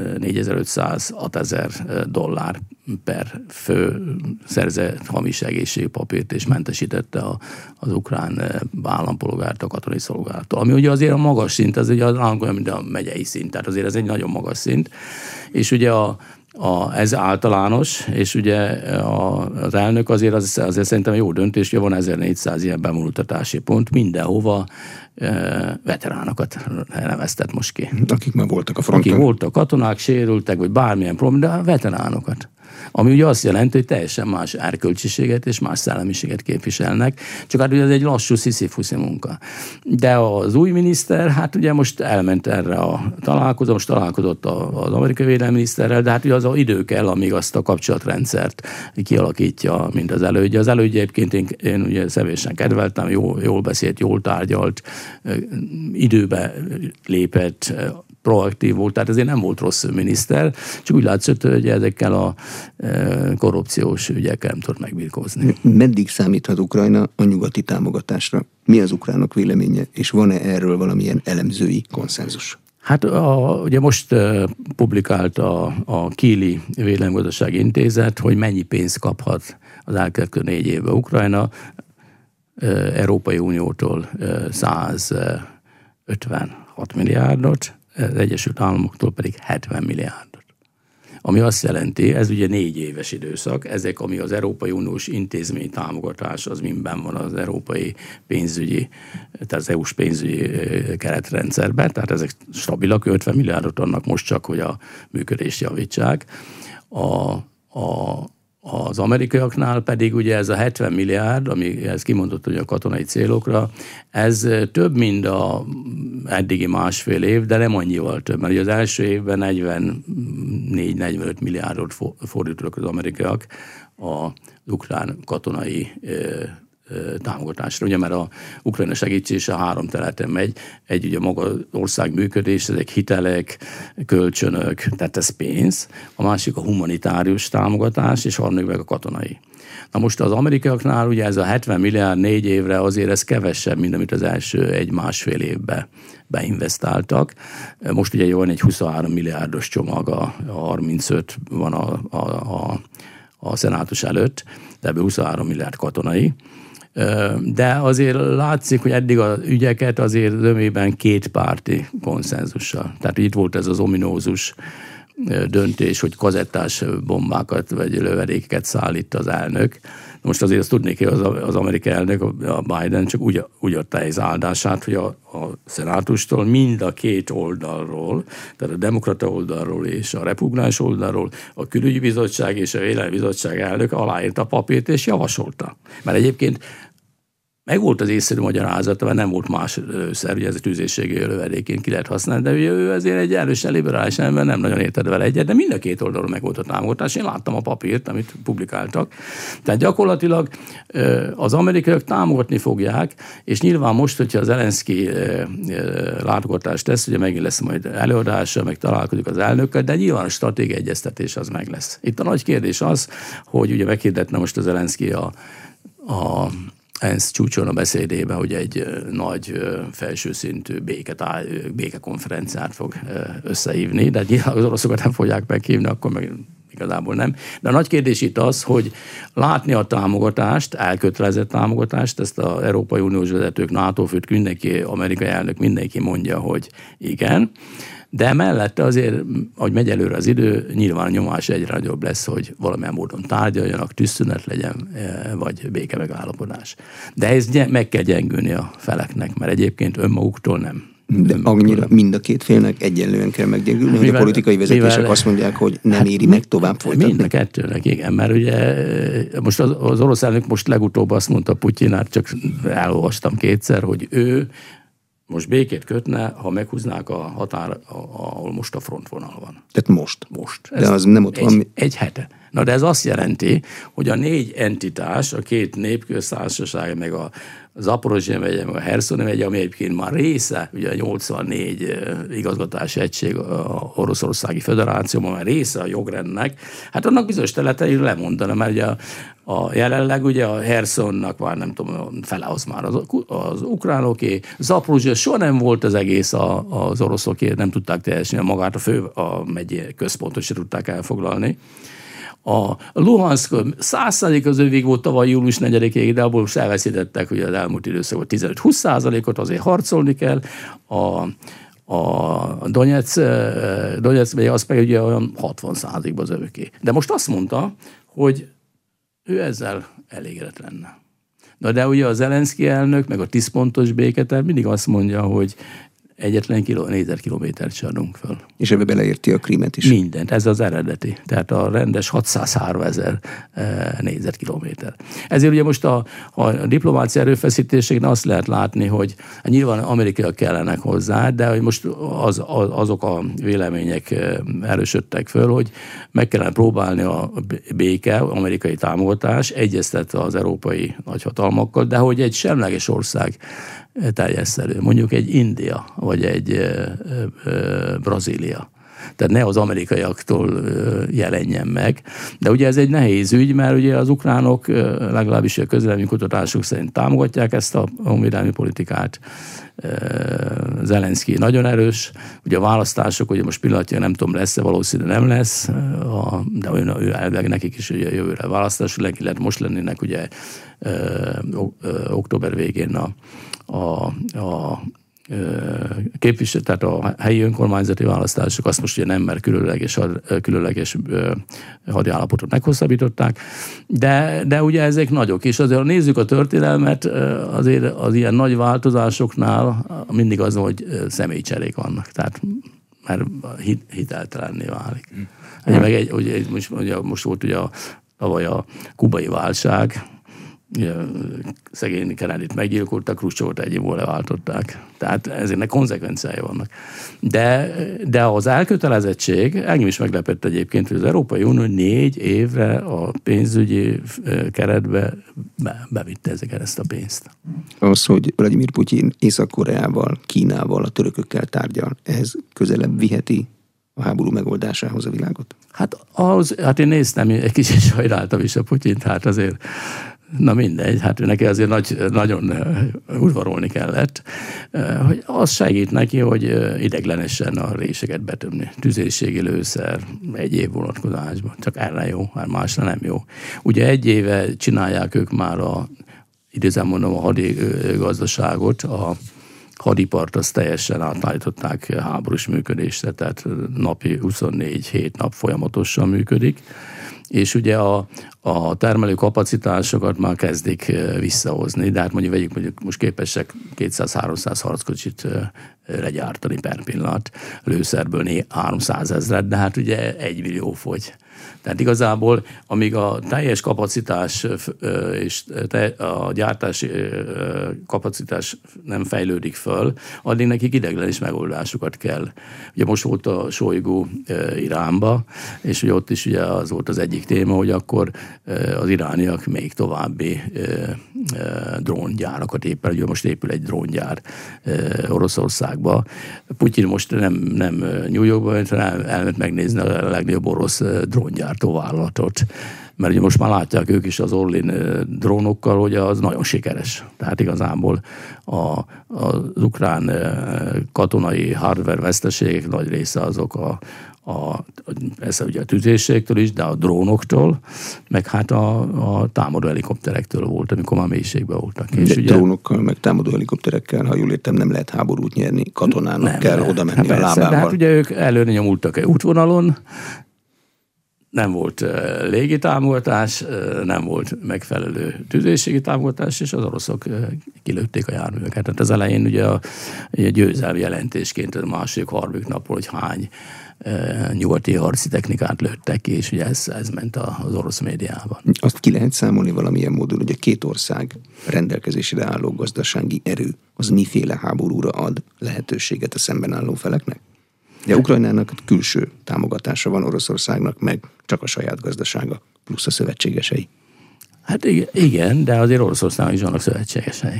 $4500 per fő szerzett hamis egészségpapírt és mentesítette az ukrán állampolgárt a katonai szolgálattól. Ami ugye azért a magas szint, ez ugye olyan, mint a megyei szint, tehát azért ez egy nagyon magas szint. És ugye ez általános, és ugye az elnök azért szerintem jó döntés, hogy van 1400 ilyen bemutatási pont, mindenhova veteránokat neveztet most ki. Akik már voltak a fronton. Akik voltak katonák, sérültek, vagy bármilyen probléma, de a veteránokat. Ami ugye azt jelenti, hogy teljesen más erkölcsiséget és más szellemiséget képviselnek, csak hát ugye ez egy lassú sziszifuszi munka. De az új miniszter, hát ugye most elment erre a találkozó, most találkozott az amerikai védelmi miniszterrel, de hát ugye az idő kell, amíg azt a kapcsolatrendszert kialakítja, mint az elődje. Az elődje egyébként én ugye személyesen kedveltem, jól beszélt, jól tárgyalt, időbe lépett, proaktív volt, tehát ezért nem volt rossz miniszter, csak úgy látszott, hogy ezekkel a korrupciós ügyekkel nem tud megbirkózni. Meddig számíthat Ukrajna a nyugati támogatásra? Mi az ukránok véleménye, és van-e erről valamilyen elemzői konszenzus? Hát ugye most publikált a Kíli Véleménygazdasági Intézet, hogy mennyi pénzt kaphat az elkövetkező 4 évben Ukrajna, Európai Uniótól 156 milliárdot, az Egyesült Államoktól pedig 70 milliárdot. Ami azt jelenti, ez ugye 4 éves időszak, ezek, ami az Európai Uniós intézmény támogatás, az mindben van az európai pénzügyi, tehát az EU-s pénzügyi keretrendszerben, tehát ezek stabilak, 50 milliárdot adnak most csak, hogy a működést javítsák. Az amerikaiaknál pedig ugye ez a 70 milliárd, ami ez kimondott ugye a katonai célokra, ez több, mint a eddigi másfél év, de nem annyival több, mert ugye az első évben 44-45 milliárdot fordítottak az amerikaiak az ukrán katonai támogatásra. Ugye, mert a Ukrajna segítsése 3 területen megy. Egy ugye maga ország működés, ezek hitelek, kölcsönök, tehát ez pénz. A másik a humanitárius támogatás, és harmadik meg a katonai. Na most az amerikaiaknál ugye ez a 70 milliárd 4 évre azért ez kevesebb, mint amit az első 1-1,5 évben beinvestáltak. Most ugye van egy 23 milliárdos csomag, a 35 van a szenátus előtt, de ebből 23 milliárd katonai. De azért látszik, hogy eddig az ügyeket azért zömében 2 párti konszenzussal. Tehát itt volt ez az ominózus döntés, hogy kazettás bombákat vagy lövedékeket szállít az elnök. Most azért azt tudnék, hogy az amerikai elnök, a Biden csak úgy adta az áldását, hogy a szenátustól mind a 2 oldalról, tehát a demokrata oldalról és a republikánus oldalról a külügyi bizottság és a védelmi bizottság elnök aláírta a papírt és javasolta. Mert egyébként Meg volt az észszerű magyarázata, mert nem volt más szer, ugye ez a tüzérségi lövedékén ki lehet használni, de ugye ő azért egy erősen liberális ember, nem nagyon érted vele egyet, de mind a két oldalon meg volt a támogatás. Én láttam a papírt, amit publikáltak. Tehát gyakorlatilag az amerikaiak támogatni fogják, és nyilván most, hogyha az Zelenszky látogatást tesz, ugye megint lesz majd előadása, meg találkozik az elnökkel, de nyilván a stratégiai egyeztetés az meg lesz. Itt a nagy kérdés az, hogy ugye meghirdetne most az Zelenszky a ENSZ csúcson a beszédében, hogy egy nagy felsőszintű békekonferenciát fog összehívni, de nyilván az oroszokat nem fogják meghívni, akkor meg igazából nem. De a nagy kérdés itt az, hogy látni a támogatást, elkötelezett támogatást, ezt az Európai Uniós vezetők, NATO főt, mindenki, amerikai elnök, mindenki mondja, hogy igen, de mellette azért, ahogy megy előre az idő, nyilván a nyomás egyre nagyobb lesz, hogy valamilyen módon tárgyaljanak, tűzszünet legyen, vagy béke megállapodás. De ez meg kell gyengülni a feleknek, mert egyébként önmaguktól nem. De annyira mind a két félnek egyenlően kell meggyengülni, hogy a politikai vezetések azt mondják, hogy nem éri meg tovább folytatni. Mind a kettőnek, igen, mert ugye most az orosz elnök most legutóbb azt mondta Putyinát, csak elolvastam kétszer, hogy ő most békét kötne, ha meghúznák a határ, ahol most a frontvonal van. Tehát most? Most. De az nem ott van. Egy hete. Na de ez azt jelenti, hogy a 4 entitás, a 2 népköztársaság, meg a Zaporozsja megye, meg a Herszoni megye, ami egyébként már része, ugye a 84 igazgatási egység a Oroszországi Föderációban, már része a jogrendnek, hát annak bizonyos területei lemondana, mert ugye a jelenleg ugye a Herszonnak már nem tudom, fele az már az ukránoké, Zaporozsja soha nem volt az egész az oroszoké, nem tudták teljesen magát a megyé központot se tudták elfoglalni. A Luhanszk 100% az övig volt tavaly július 4-ig, de abból most elveszítettek, hogy az elmúlt időszakban 15-20%-ot, azért harcolni kell. A Donetsz megye az pedig ugye olyan 60%-ban az övéké. De most azt mondta, hogy ő ezzel elégedett lenne. Na de ugye a Zelenszky elnök, meg a 10 pontos béketerv mindig azt mondja, hogy egyetlen négyzetkilométert se adunk föl. És ebbe beleérti a Krímet is. Mindent, ez az eredeti. Tehát a rendes 603 000 négyzetkilométer. Ezért ugye most a diplomácia erőfeszítéseknél azt lehet látni, hogy nyilván amerikaiak kellenek hozzá, de hogy most azok a vélemények erősödtek föl, hogy meg kellene próbálni a béke, amerikai támogatás, egyeztetve az európai nagyhatalmakkal, de hogy egy semleges ország teljesszerű, mondjuk egy India, vagy egy Brazília. Tehát ne az amerikaiaktól jelenjen meg. De ugye ez egy nehéz ügy, mert ugye az ukránok legalábbis a közvéleménykutatások szerint támogatják ezt a honvédelmi politikát. Zelenszky nagyon erős. Ugye a választások, ugye most pillanatnyilag nem tudom, lesz-e, valószínűleg nem lesz, de ő elvileg nekik is ugye jövőre választás, lehet most lennének ugye október végén a képviselő, tehát a helyi önkormányzati választások, azt most ugye nem, mert különleges hadiállapotot meghosszabbították, de ugye ezek nagyok, és azért nézzük a történelmet, azért az ilyen nagy változásoknál mindig az, hogy személycserék vannak, tehát már hiteltelenné válik. Most volt ugye tavaly a kubai válság, szegény Kennedyt meggyilkoltak, Khrushchevot egyébként leváltották. Tehát ezért konzekvenciái vannak. De az elkötelezettség, engem is meglepett egyébként, hogy az Európai Unió 4 évre a pénzügyi keretbe bevitte ezt a pénzt. Az, hogy Vladimir Putyin Észak-Koreával, Kínával, a törökökkel tárgyal, ehhez közelebb viheti a háború megoldásához a világot? Hát én néztem, egy kicsit sajnáltam is a Putyint, hát azért na mindegy, hát neki azért nagyon udvarolni kellett, hogy az segít neki, hogy ideglenesen a réseket betömni. Tüzérségi lőszer, egy év vonatkozásban. Csak erre jó, már másra nem jó. Ugye 1 éve csinálják ők már idézem mondom, a hadigazdaságot, a hadipart azt teljesen átállították háborús működésre, tehát napi 24 7 nap folyamatosan működik. és ugye a termelő kapacitásokat már kezdik visszahozni, de hát mondjuk most képesek 200-300 harckocsit legyártani per pillanat, lőszerből 300 000, de hát ugye 1 millió fogy. Tehát igazából, amíg a teljes kapacitás és a gyártási kapacitás nem fejlődik föl, addig nekik ideiglenes megoldásukat kell. Ugye most volt a Shoigu Iránba, és ugye ott is ugye az volt az egyik téma, hogy akkor az irániak még további dróngyárakat ugye most épül egy dróngyár Oroszországba. Putyin most nem New Yorkba, hanem elment megnézni a legnagyobb orosz dróngyártó vállalatot, mert ugye most már látják ők is az Orlin drónokkal, hogy az nagyon sikeres. Tehát igazából az ukrán katonai hardware veszteségek nagy része azok persze ugye a tüzérségtől is, de a drónoktól, meg hát a támadó helikopterektől volt, amikor már mélységben voltak. De és ugye, drónokkal, meg támadó helikopterekkel, ha jól értem, nem lehet háborút nyerni, katonának kell oda menni a lábával. De hát ugye ők előre nyomultak egy útvonalon, nem volt légitámogatás, nem volt megfelelő tüzérségi támogatás, és az oroszok kilőtték a járműveket. Tehát az elején ugye a győzelmi jelentésként a második, harmadik napról, hogy hány nyugati harci technikát lőttek ki, és ugye ez ment az orosz médiában. Azt ki lehet számolni valamilyen módon, hogy a két ország rendelkezésére álló gazdasági erő az miféle háborúra ad lehetőséget a szemben álló feleknek? De Ukrajnának külső támogatása van, Oroszországnak meg csak a saját gazdasága, plusz a szövetségesei. Hát igen, de azért Oroszországnak is vannak szövetségesei.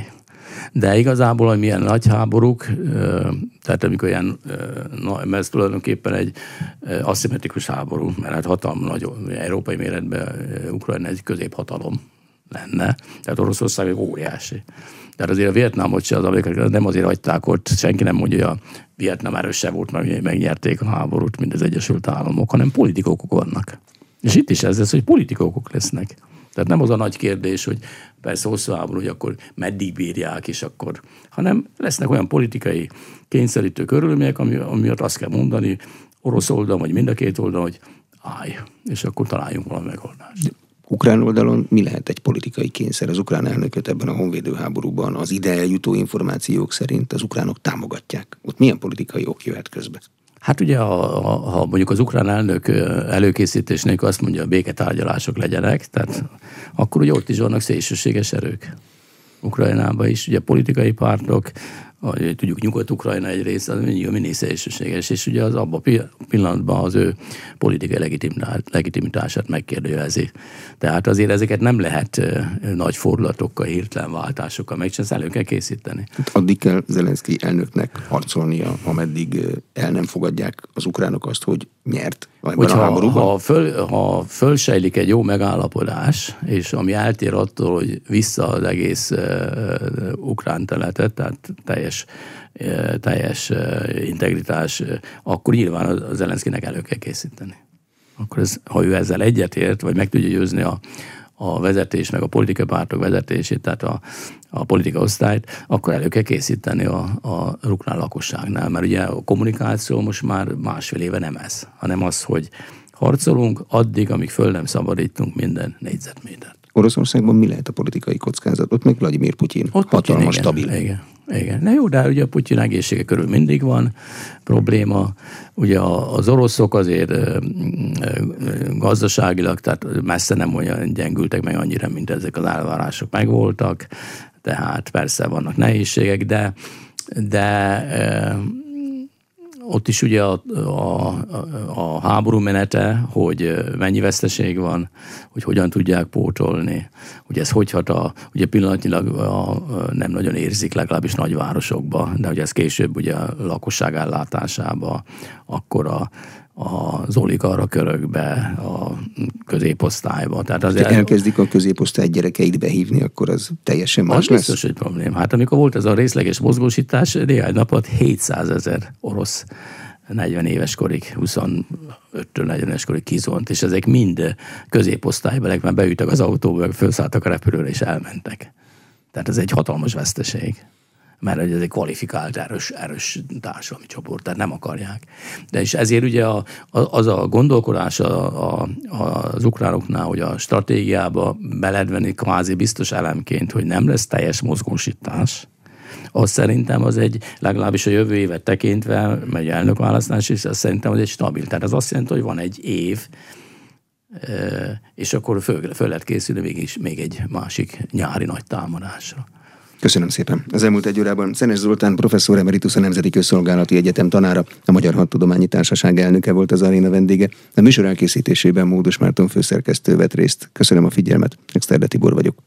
De igazából, hogy milyen nagy háborúk, tehát amikor ilyen, mert ez tulajdonképpen egy aszimmetrikus háború, mert hát hatalom nagy, európai méretben Ukrajna egy középhatalom lenne, tehát Oroszország egy óriási. Tehát azért a Vietnámot se az amerikaiak nem azért hagyták ott, senki nem mondja, hogy a Vietnám erősebb volt, megnyerték a háborút, mint az Egyesült Államok, hanem politikókok vannak. És itt is ez lesz, hogy politikókok lesznek. Tehát nem az a nagy kérdés, hogy persze hosszú háború, hogy akkor meddig bírják, és akkor, hanem lesznek olyan politikai kényszerítő körülmények, amiatt azt kell mondani, orosz oldalon, vagy mind a két oldalon, hogy állj, és akkor találjunk valami megoldást. Ukrán oldalon mi lehet egy politikai kényszer? Az ukrán elnököt ebben a honvédő háborúban az ide eljutó információk szerint az ukránok támogatják. Ott milyen politikai ok jöhet közbe? Hát ugye, ha mondjuk az ukrán elnök előkészítésnél azt mondja, hogy béketárgyalások legyenek, tehát akkor ugye ott is vannak szélsőséges erők. Ukrajnában is, ugye politikai pártok, tudjuk Nyugat-Ukrajna egy része, az mindig szélsőséges, és ugye az abban a pillanatban az ő politikai legitimitását megkérdőjelezi. Tehát azért ezeket nem lehet nagy fordulatokkal, hirtelen váltásokkal megcsinálni, elő kell készíteni. Addig kell Zelenszkij elnöknek harcolnia, ameddig el nem fogadják az ukránok azt, hogy nyert ebben a háborúban? Ha fölsejlik egy jó megállapodás, és ami eltér attól, hogy vissza az egész ukrán területet, tehát teljes integritás, akkor nyilván az Zelenszkijnek elő kell készíteni. Akkor ha ő ezzel egyetért, vagy meg tudja győzni a vezetés, meg a politikai pártok vezetését, tehát a politika osztályt, akkor elő kell készíteni a ukrán lakosságnál. Mert ugye a kommunikáció most már másfél éve nem ez, hanem az, hogy harcolunk addig, amíg föl nem szabadítunk minden négyzetmétert. Oroszországban mi lehet a politikai kockázat? Ott meg Vladimir Putyin hatalmas, stabil. Igen. Na jó, de ugye a Putyin egészsége körül mindig van probléma. Ugye az oroszok azért gazdaságilag, tehát messze nem olyan gyengültek meg annyira, mint ezek az elvárások megvoltak. Tehát persze vannak nehézségek, de ott is ugye a háború menete, hogy mennyi veszteség van, hogy hogyan tudják pótolni, hogy ez hogy hat ugye pillanatnyilag nem nagyon érzik, legalábbis nagyvárosokban, de hogy ez később ugye a lakosság ellátásába, akkor az oligarcha körökbe, a középosztályba. Tehát azért elkezdik a középosztály gyerekeit behívni, akkor az teljesen más lesz? Biztos, hogy probléma. Hát amikor volt ez a részleges mozgósítás, néhány napot 700 000 orosz 40 éves korig, 25-től 40 éves korig kizuhant, és ezek mind középosztályba, mert beültek az autóba, felszálltak a repülőre és elmentek. Tehát ez egy hatalmas veszteség. mert ez egy kvalifikált, erős társadalmi csoport, tehát nem akarják. De és ezért ugye az a gondolkodás az ukránoknál, hogy a stratégiába beledvenni kvázi biztos elemként, hogy nem lesz teljes mozgósítás, az szerintem az egy, legalábbis a jövő évet tekintve, megy elnökválasztás, és az szerintem az egy stabil. Tehát az azt jelenti, hogy van egy év, és akkor föl lehet készülni még egy másik nyári nagy támadásra. Köszönöm szépen. Az elmúlt egy órában Szenes Zoltán professzor emeritus, a Nemzeti Közszolgálati Egyetem tanára, a Magyar Hadtudományi Társaság elnöke volt az aréna vendége. A műsor elkészítésében Módos Márton főszerkesztő vett részt. Köszönöm a figyelmet. Exterde Tibor vagyok.